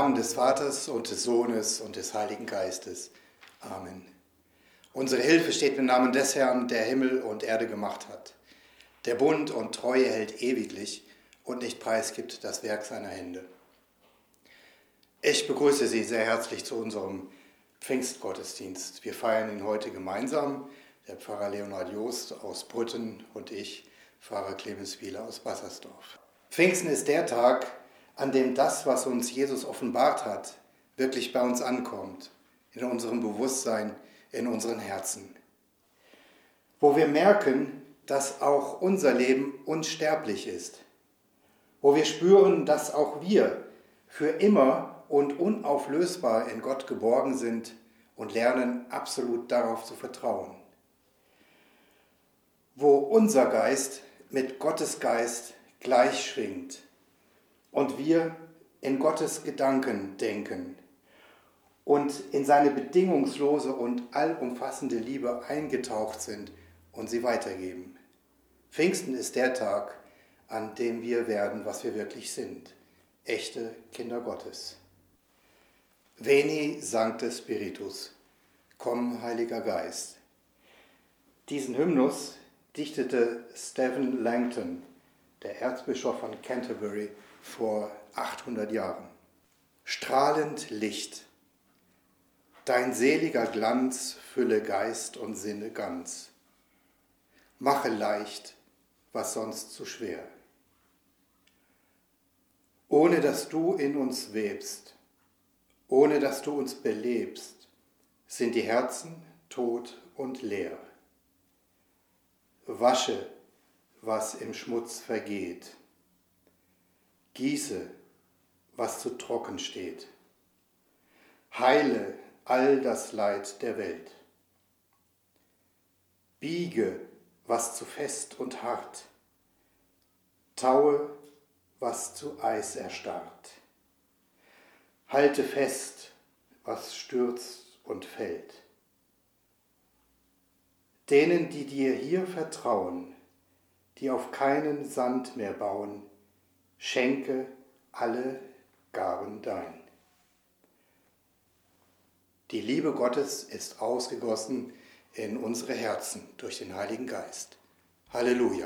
Namen des Vaters und des Sohnes und des Heiligen Geistes. Amen. Unsere Hilfe steht im Namen des Herrn, der Himmel und Erde gemacht hat, der Bund und Treue hält ewiglich und nicht preisgibt das Werk seiner Hände. Ich begrüße Sie sehr herzlich zu unserem Pfingstgottesdienst. Wir feiern ihn heute gemeinsam, der Pfarrer Leonhard Joost aus Brütten und ich, Pfarrer Clemens Wieler aus Bassersdorf. Pfingsten ist der Tag, an dem das, was uns Jesus offenbart hat, wirklich bei uns ankommt, in unserem Bewusstsein, in unseren Herzen. Wo wir merken, dass auch unser Leben unsterblich ist. Wo wir spüren, dass auch wir für immer und unauflösbar in Gott geborgen sind und lernen, absolut darauf zu vertrauen. Wo unser Geist mit Gottes Geist gleich schwingt und wir in Gottes Gedanken denken und in seine bedingungslose und allumfassende Liebe eingetaucht sind und sie weitergeben. Pfingsten ist der Tag, an dem wir werden, was wir wirklich sind, echte Kinder Gottes. Veni Sancte Spiritus, komm Heiliger Geist. Diesen Hymnus dichtete Stephen Langton, der Erzbischof von Canterbury, vor 800 Jahren. Strahlend Licht, dein seliger Glanz fülle Geist und Sinne ganz. Mache leicht, was sonst zu schwer. Ohne dass du in uns webst, ohne dass du uns belebst, sind die Herzen tot und leer. Wasche, was im Schmutz vergeht. Gieße, was zu trocken steht. Heile all das Leid der Welt. Biege, was zu fest und hart. Taue, was zu Eis erstarrt. Halte fest, was stürzt und fällt. Denen, die dir hier vertrauen, die auf keinen Sand mehr bauen, schenke alle Gaben dein. Die Liebe Gottes ist ausgegossen in unsere Herzen durch den Heiligen Geist. Halleluja!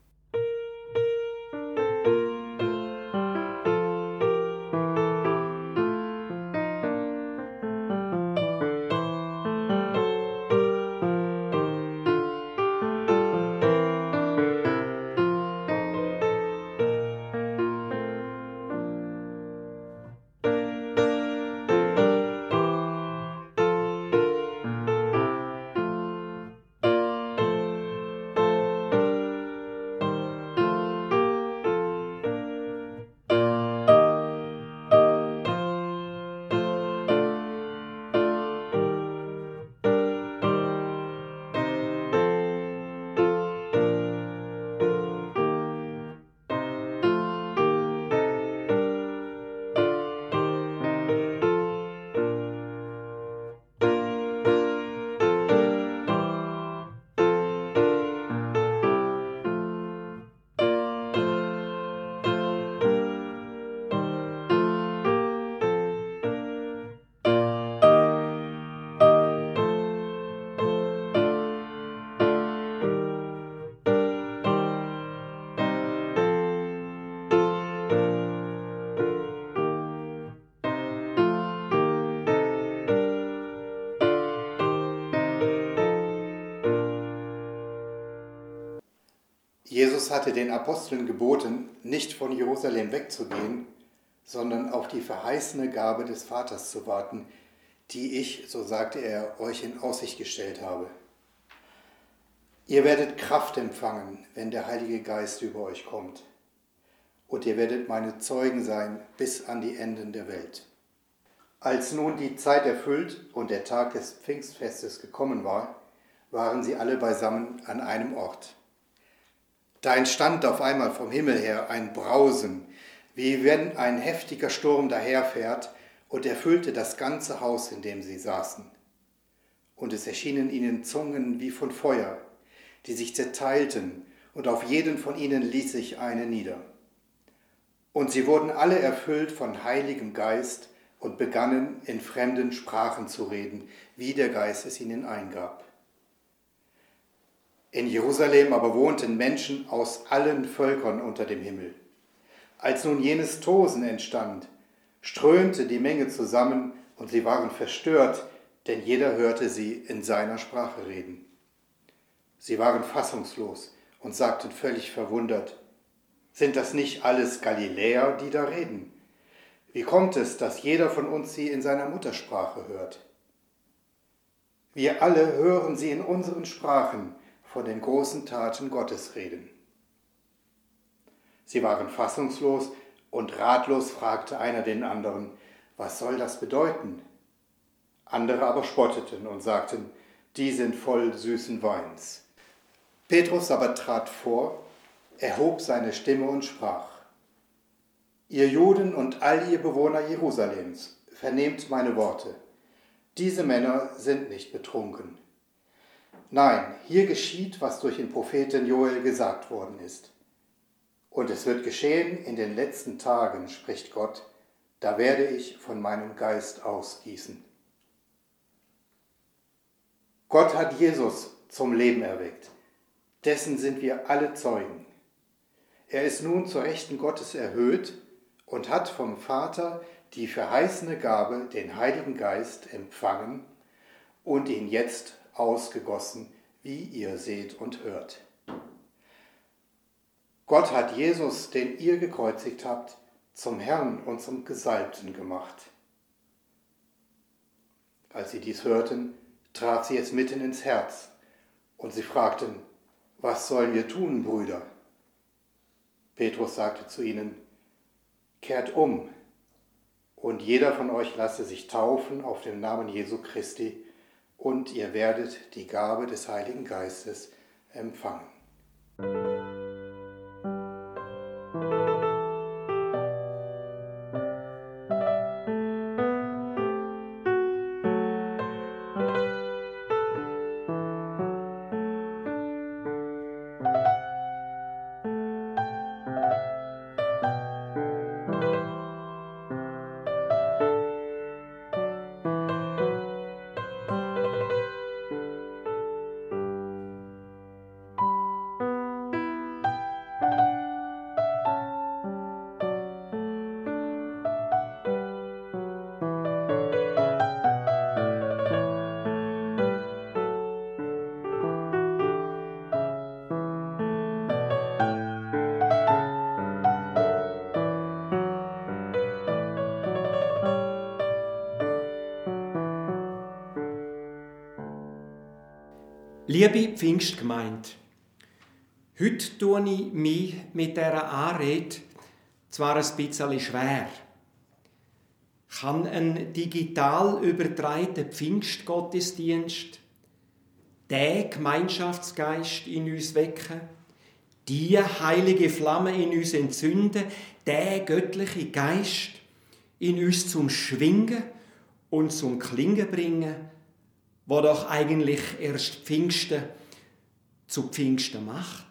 Jesus hatte den Aposteln geboten, nicht von Jerusalem wegzugehen, sondern auf die verheißene Gabe des Vaters zu warten, die ich, so sagte er, euch in Aussicht gestellt habe. Ihr werdet Kraft empfangen, wenn der Heilige Geist über euch kommt. Und ihr werdet meine Zeugen sein bis an die Enden der Welt. Als nun die Zeit erfüllt und der Tag des Pfingstfestes gekommen war, waren sie alle beisammen an einem Ort. Da entstand auf einmal vom Himmel her ein Brausen, wie wenn ein heftiger Sturm daherfährt, und erfüllte das ganze Haus, in dem sie saßen. Und es erschienen ihnen Zungen wie von Feuer, die sich zerteilten, und auf jeden von ihnen ließ sich eine nieder. Und sie wurden alle erfüllt von Heiligem Geist und begannen in fremden Sprachen zu reden, wie der Geist es ihnen eingab. In Jerusalem aber wohnten Menschen aus allen Völkern unter dem Himmel. Als nun jenes Tosen entstand, strömte die Menge zusammen und sie waren verstört, denn jeder hörte sie in seiner Sprache reden. Sie waren fassungslos und sagten völlig verwundert: Sind das nicht alles Galiläer, die da reden? Wie kommt es, dass jeder von uns sie in seiner Muttersprache hört? Wir alle hören sie in unseren Sprachen von den großen Taten Gottes reden. Sie waren fassungslos und ratlos fragte einer den anderen: Was soll das bedeuten? Andere aber spotteten und sagten: Die sind voll süßen Weins. Petrus aber trat vor, erhob seine Stimme und sprach: Ihr Juden und all ihr Bewohner Jerusalems, vernehmt meine Worte. Diese Männer sind nicht betrunken. Nein, hier geschieht, was durch den Propheten Joel gesagt worden ist. Und es wird geschehen in den letzten Tagen, spricht Gott, da werde ich von meinem Geist ausgießen. Gott hat Jesus zum Leben erweckt. Dessen sind wir alle Zeugen. Er ist nun zur Rechten Gottes erhöht und hat vom Vater die verheißene Gabe, den Heiligen Geist, empfangen und ihn jetzt ausgegossen, wie ihr seht und hört. Gott hat Jesus, den ihr gekreuzigt habt, zum Herrn und zum Gesalbten gemacht. Als sie dies hörten, trat sie es mitten ins Herz, und sie fragten: Was sollen wir tun, Brüder? Petrus sagte zu ihnen: Kehrt um, und jeder von euch lasse sich taufen auf den Namen Jesu Christi, und ihr werdet die Gabe des Heiligen Geistes empfangen. Liebe Pfingstgemeinde, heute tue ich mich mit dieser Anrede zwar ein bisschen schwer. Kann ein digital übertragenen Pfingstgottesdienst den Gemeinschaftsgeist in uns wecken, die heilige Flamme in uns entzünden, den göttlichen Geist in uns zum Schwingen und zum Klingen bringen, wo doch eigentlich erst Pfingsten zu Pfingsten macht?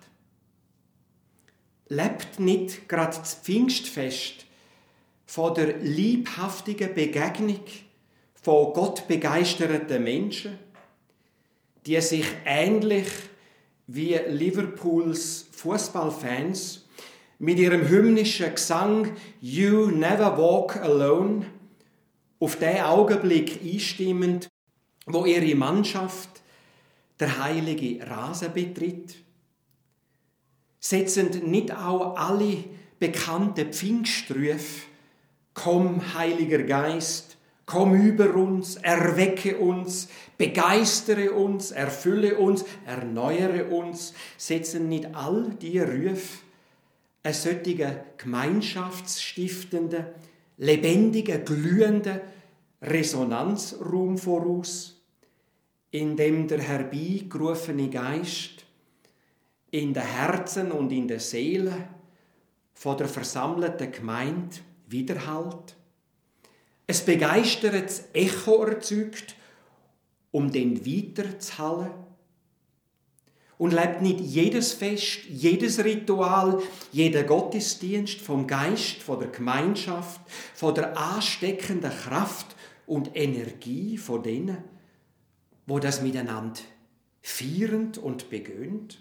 Lebt nicht gerade das Pfingstfest von der liebhaftigen Begegnung von gottbegeisterten Menschen, die sich ähnlich wie Liverpools Fußballfans mit ihrem hymnischen Gesang «You never walk alone» auf den Augenblick einstimmend, wo ihre Mannschaft der heilige Rasen betritt? Setzen nicht auch alle bekannten Pfingstrufe «Komm, Heiliger Geist, komm über uns, erwecke uns, begeistere uns, erfülle uns, erneuere uns», setzen nicht all diese Rufe einen solchen gemeinschaftsstiftenden, lebendigen, glühenden Resonanzraum voraus, in dem der herbeigerufene Geist in den Herzen und in den Seelen von der versammelten Gemeinde widerhallt, ein begeistertes Echo erzeugt, um den weiterzuhallen. und lebt nicht jedes Fest, jedes Ritual, jeder Gottesdienst vom Geist, von der Gemeinschaft, von der ansteckenden Kraft und Energie von denen, wo das miteinander feiernd und begönt?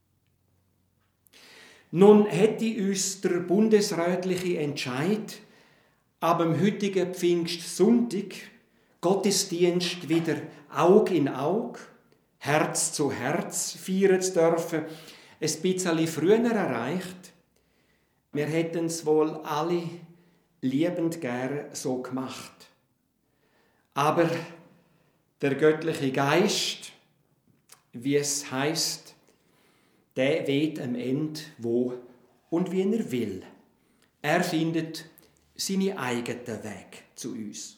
Nun hätte uns der bundesrätliche Entscheid ab dem heutigen Pfingstsonntag Gottesdienst wieder Aug in Aug, Herz zu Herz feiern zu dürfen, ein bisschen früher erreicht. Wir hätten es wohl alle liebend gern so gemacht. Aber der göttliche Geist, wie es heißt, der weht am Ende wo und wie er will. Er findet seinen eigenen Weg zu uns.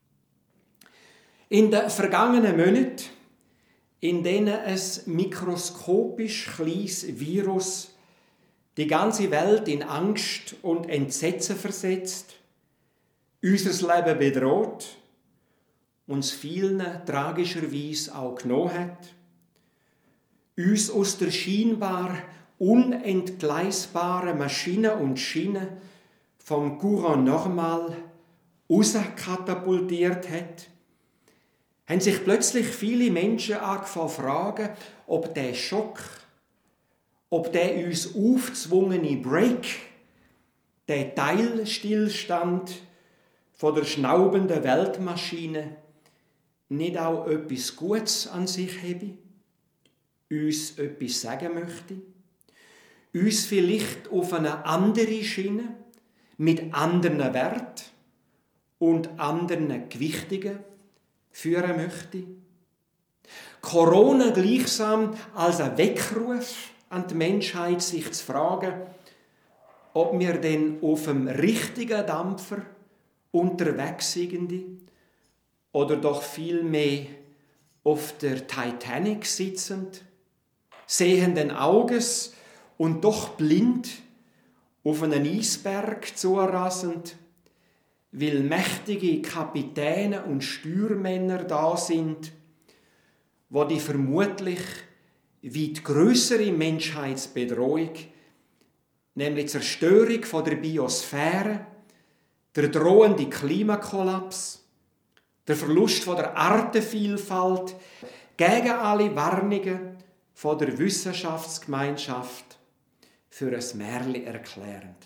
In den vergangenen Monaten, in denen ein mikroskopisch kleines Virus die ganze Welt in Angst und Entsetzen versetzt, unser Leben bedroht, uns vielen tragischerweise auch genommen hat, uns aus der scheinbar unentgleisbaren Maschine und Schiene vom Courant normal rauskatapultiert hat, haben sich plötzlich viele Menschen angefangen zu fragen, ob der Schock, ob der uns aufgezwungene Break, der Teilstillstand von der schnaubenden Weltmaschine nicht auch etwas Gutes an sich habe, uns etwas sagen möchte, uns vielleicht auf eine andere Schiene mit anderen Werten und anderen Gewichtungen führen möchte. Corona gleichsam als ein Weckruf an die Menschheit, sich zu fragen, ob wir denn auf dem richtigen Dampfer unterwegs sind oder doch vielmehr auf der Titanic sitzend, sehenden Auges und doch blind auf einen Eisberg zurasend, weil mächtige Kapitäne und Steuermänner da sind, wo die vermutlich weit grössere Menschheitsbedrohung, nämlich die Zerstörung von der Biosphäre, der drohende Klimakollaps, der Verlust von der Artenvielfalt, gegen alle Warnungen von der Wissenschaftsgemeinschaft für ein Märchen erklärend.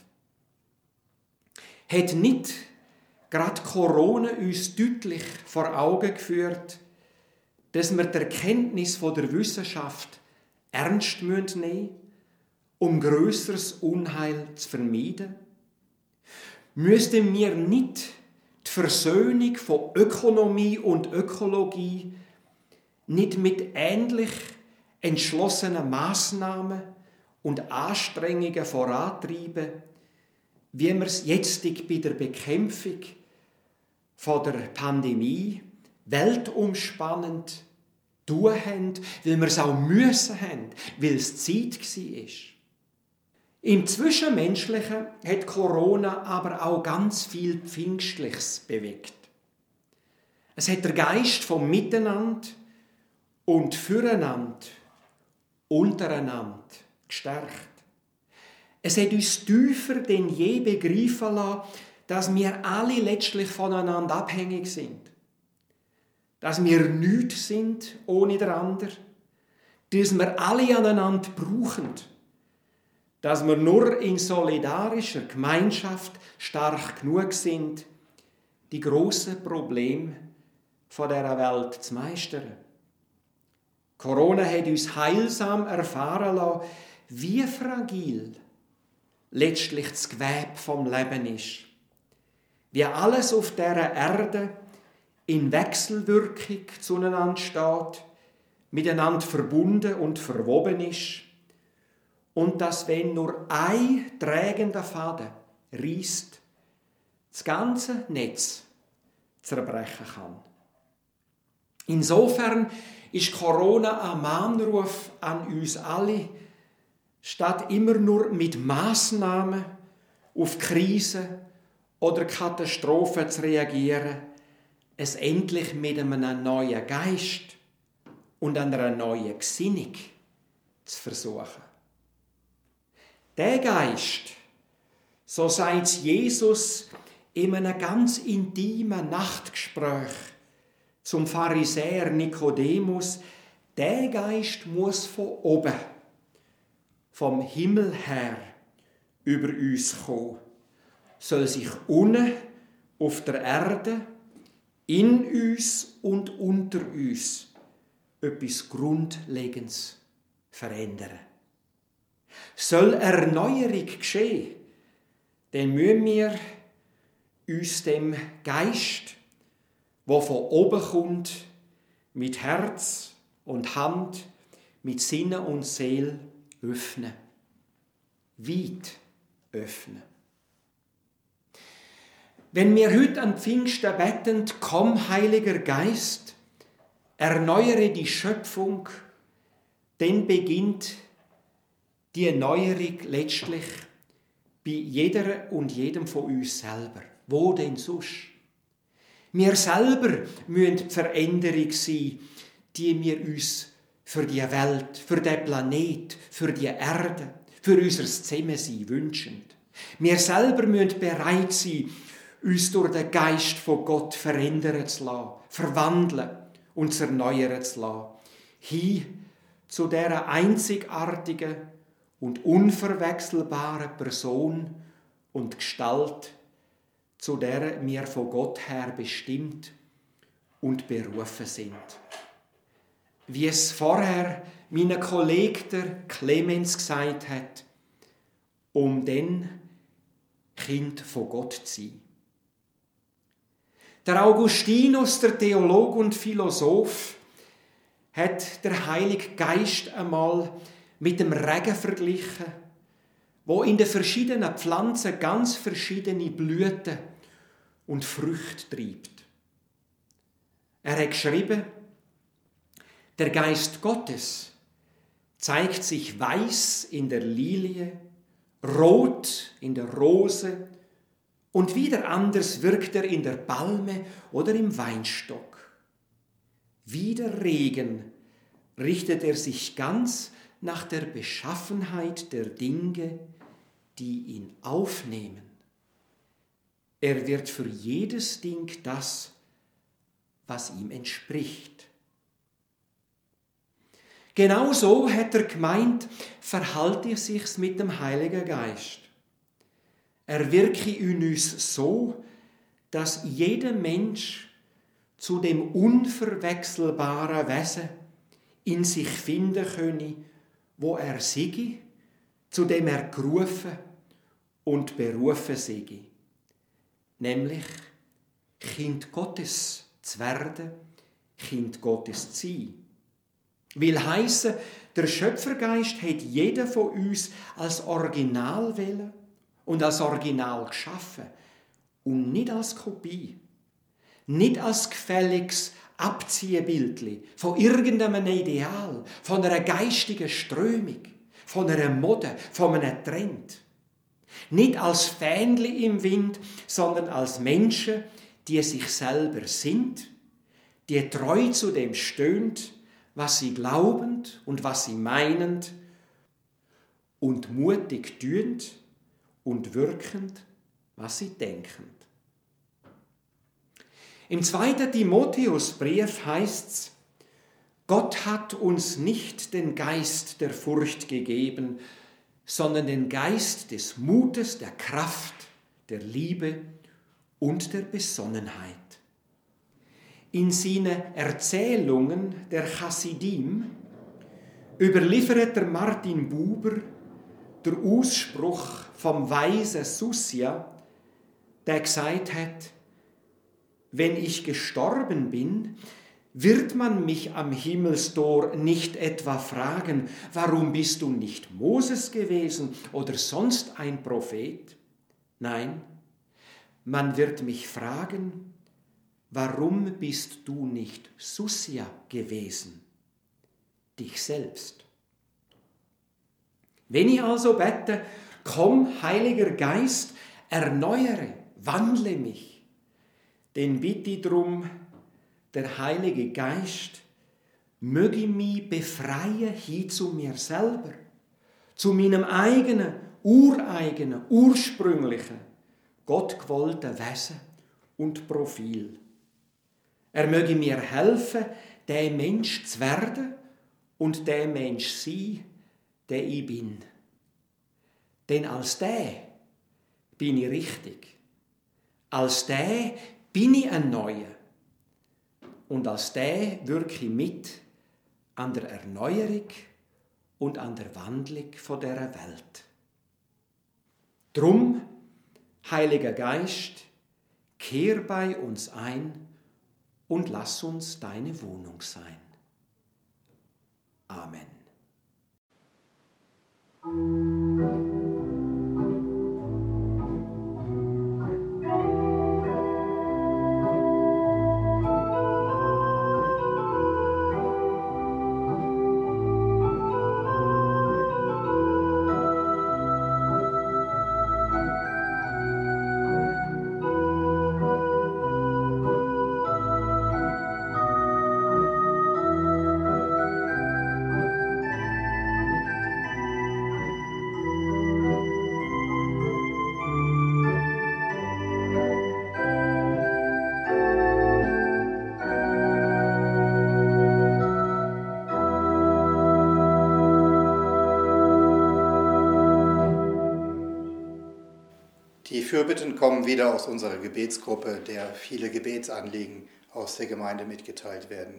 Hat nicht gerade Corona uns deutlich vor Augen geführt, dass wir die Erkenntnis von der Wissenschaft ernst nehmen müssen, um grösseres Unheil zu vermeiden? Müssten wir nicht die Versöhnung von Ökonomie und Ökologie nicht mit ähnlich entschlossenen Massnahmen und Anstrengungen vorantreiben, wie wir es jetzt bei der Bekämpfung von der Pandemie weltumspannend tun haben, weil wir es auch müssen haben, weil es Zeit war. Im Zwischenmenschlichen hat Corona aber auch ganz viel Pfingstliches bewegt. Es hat den Geist vom Miteinander und Füreinander, untereinander gestärkt. Es hat uns tiefer denn je begreifen lassen, dass wir alle letztlich voneinander abhängig sind. Dass wir nichts sind ohne den anderen. Dass wir alle aneinander brauchen. Dass wir nur in solidarischer Gemeinschaft stark genug sind, die grossen Probleme von dieser Welt zu meistern. Corona hat uns heilsam erfahren lassen, wie fragil letztlich das Gewebe vom Leben ist. Wie alles auf dieser Erde in Wechselwirkung zueinander steht, miteinander verbunden und verwoben ist und dass, wenn nur ein tragender Faden reisst, das ganze Netz zerbrechen kann. Insofern ist Corona ein Mahnruf an uns alle, statt immer nur mit Massnahmen auf Krisen oder Katastrophen zu reagieren, es endlich mit einem neuen Geist und einer neuen Gesinnung zu versuchen. Der Geist, so sagt Jesus in einem ganz intimen Nachtgespräch zum Pharisäer Nikodemus, der Geist muss von oben, vom Himmel her, über uns kommen, soll sich unten auf der Erde, in uns und unter uns etwas Grundlegendes verändern. Soll Erneuerung geschehen, dann müssen wir uns dem Geist, der von oben kommt, mit Herz und Hand, mit Sinne und Seele öffnen. Weit öffnen. Wenn wir heute an Pfingsten beten, komm, Heiliger Geist, erneuere die Schöpfung, dann beginnt die Erneuerung letztlich bei jeder und jedem von uns selber. Wo denn sonst? Wir selber müssen die Veränderung sein, die wir uns für die Welt, für den Planet, für die Erde, für unser Zusammensein wünschen. Wir selber müssen bereit sein, uns durch den Geist von Gott verändern zu lassen, verwandeln und erneuern zu lassen, hin zu dieser einzigartigen und unverwechselbaren Person und Gestalt, zu der wir von Gott her bestimmt und berufen sind. Wie es vorher mein Kollege der Clemens gesagt hat, um dann Kind von Gott zu sein. Der Augustinus, der Theologe und Philosoph, hat der Heilige Geist einmal mit dem Regen verglichen, wo in den verschiedenen Pflanzen ganz verschiedene Blüten und Früchte treibt. Er hat geschrieben, der Geist Gottes zeigt sich weiß in der Lilie, rot in der Rose und wieder anders wirkt er in der Palme oder im Weinstock. Wie der Regen richtet er sich ganz nach der Beschaffenheit der Dinge, die ihn aufnehmen. Er wird für jedes Ding das, was ihm entspricht. Genau so hat er gemeint, verhalte sich's mit dem Heiligen Geist. Er wirke in uns so, dass jeder Mensch zu dem unverwechselbaren Wesen in sich finden könne, wo er sei, zu dem er gerufen und berufen sei, nämlich Kind Gottes zu werden, Kind Gottes zu sein. Will heissen, der Schöpfergeist hat jeder von uns als Original wählen und als Original geschaffen und nicht als Kopie, nicht als gefälliges Abziehbildli von irgendeinem Ideal, von einer geistigen Strömung, von einer Mode, von einem Trend. Nicht als Fähnli im Wind, sondern als Menschen, die sich selber sind, die treu zu dem stehen, was sie glaubend und was sie meinend und mutig tüend und wirkend, was sie denken. Im 2. Timotheusbrief heißt's: Gott hat uns nicht den Geist der Furcht gegeben, sondern den Geist des Mutes, der Kraft, der Liebe und der Besonnenheit. In seinen Erzählungen der Chassidim überliefert der Martin Buber der Ausspruch vom weisen Sussia, der gesagt hat: Wenn ich gestorben bin, wird man mich am Himmelstor nicht etwa fragen, warum bist du nicht Moses gewesen oder sonst ein Prophet? Nein, man wird mich fragen, warum bist du nicht Sussia gewesen, dich selbst? Wenn ich also bete, komm, Heiliger Geist, erneuere, wandle mich, dann bitte ich darum, der Heilige Geist möge mich befreien hin zu mir selber, zu meinem eigenen, ureigenen, ursprünglichen, gottgewollten Wesen und Profil. Er möge mir helfen, der Mensch zu werden und der Mensch sein, der ich bin. Denn als der bin ich richtig. Als der bin ich ein Neuer. Und als der wirke ich mit an der Erneuerung und an der Wandlung dieser Welt. Drum, Heiliger Geist, kehr bei uns ein und lass uns deine Wohnung sein. Amen. Die Fürbitten kommen wieder aus unserer Gebetsgruppe, der viele Gebetsanliegen aus der Gemeinde mitgeteilt werden.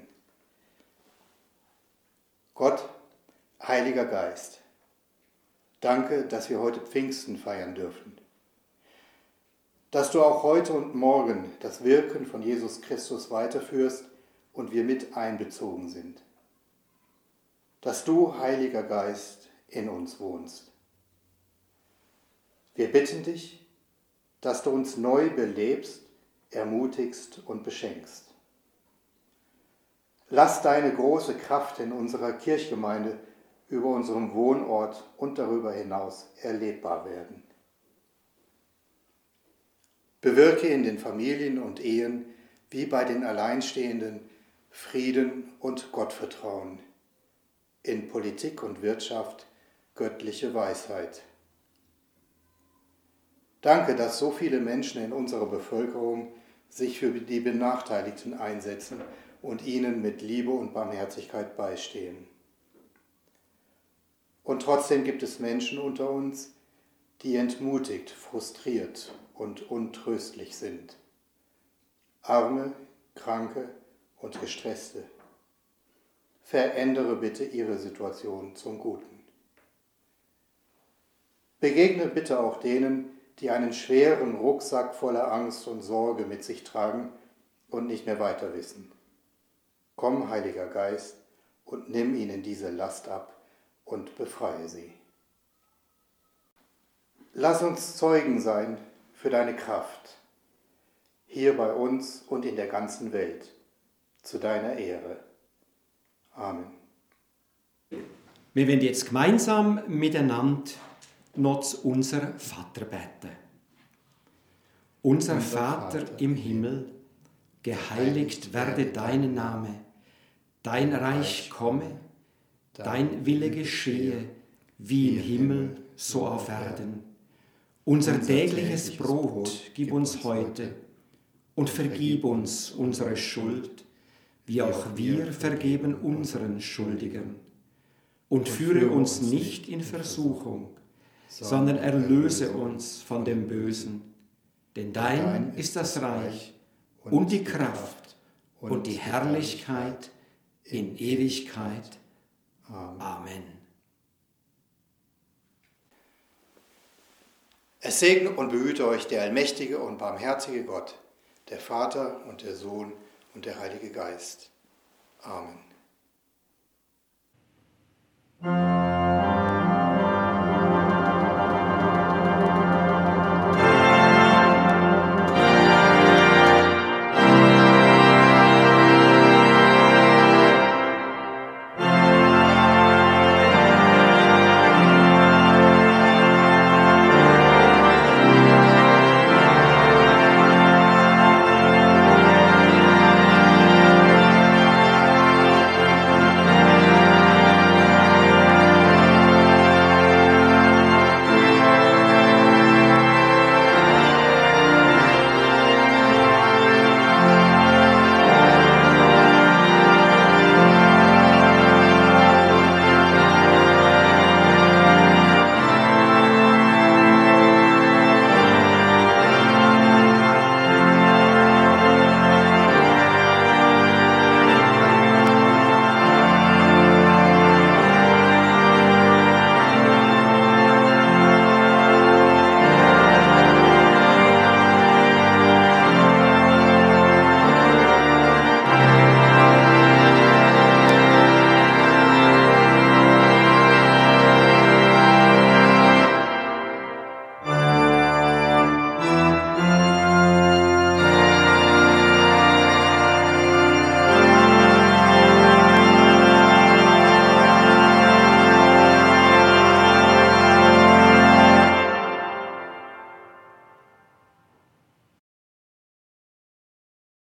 Gott, Heiliger Geist, danke, dass wir heute Pfingsten feiern dürfen. Dass du auch heute und morgen das Wirken von Jesus Christus weiterführst und wir mit einbezogen sind. Dass du, Heiliger Geist, in uns wohnst. Wir bitten dich, dass du uns neu belebst, ermutigst und beschenkst. Lass deine große Kraft in unserer Kirchgemeinde über unserem Wohnort und darüber hinaus erlebbar werden. Bewirke in den Familien und Ehen wie bei den Alleinstehenden Frieden und Gottvertrauen, in Politik und Wirtschaft göttliche Weisheit. Danke, dass so viele Menschen in unserer Bevölkerung sich für die Benachteiligten einsetzen und ihnen mit Liebe und Barmherzigkeit beistehen. Und trotzdem gibt es Menschen unter uns, die entmutigt, frustriert und untröstlich sind. Arme, Kranke und Gestresste. Verändere bitte ihre Situation zum Guten. Begegne bitte auch denen, die einen schweren Rucksack voller Angst und Sorge mit sich tragen und nicht mehr weiter wissen. Komm, Heiliger Geist, und nimm ihnen diese Last ab und befreie sie. Lass uns Zeugen sein für deine Kraft, hier bei uns und in der ganzen Welt, zu deiner Ehre. Amen. Wir werden jetzt gemeinsam miteinander noch zu unser Vater beten. Unser Vater im Himmel, geheiligt werde dein Name, dein Reich komme, dein Wille geschehe, wie im Himmel, so auf Erden. Unser tägliches Brot gib uns heute und vergib uns unsere Schuld, wie auch wir vergeben unseren Schuldigern. Und führe uns nicht in Versuchung, sondern erlöse uns von dem Bösen. Denn dein ist das Reich und die Kraft und die Herrlichkeit in Ewigkeit. Amen. Es segne und behüte euch der allmächtige und barmherzige Gott, der Vater und der Sohn und der Heilige Geist. Amen.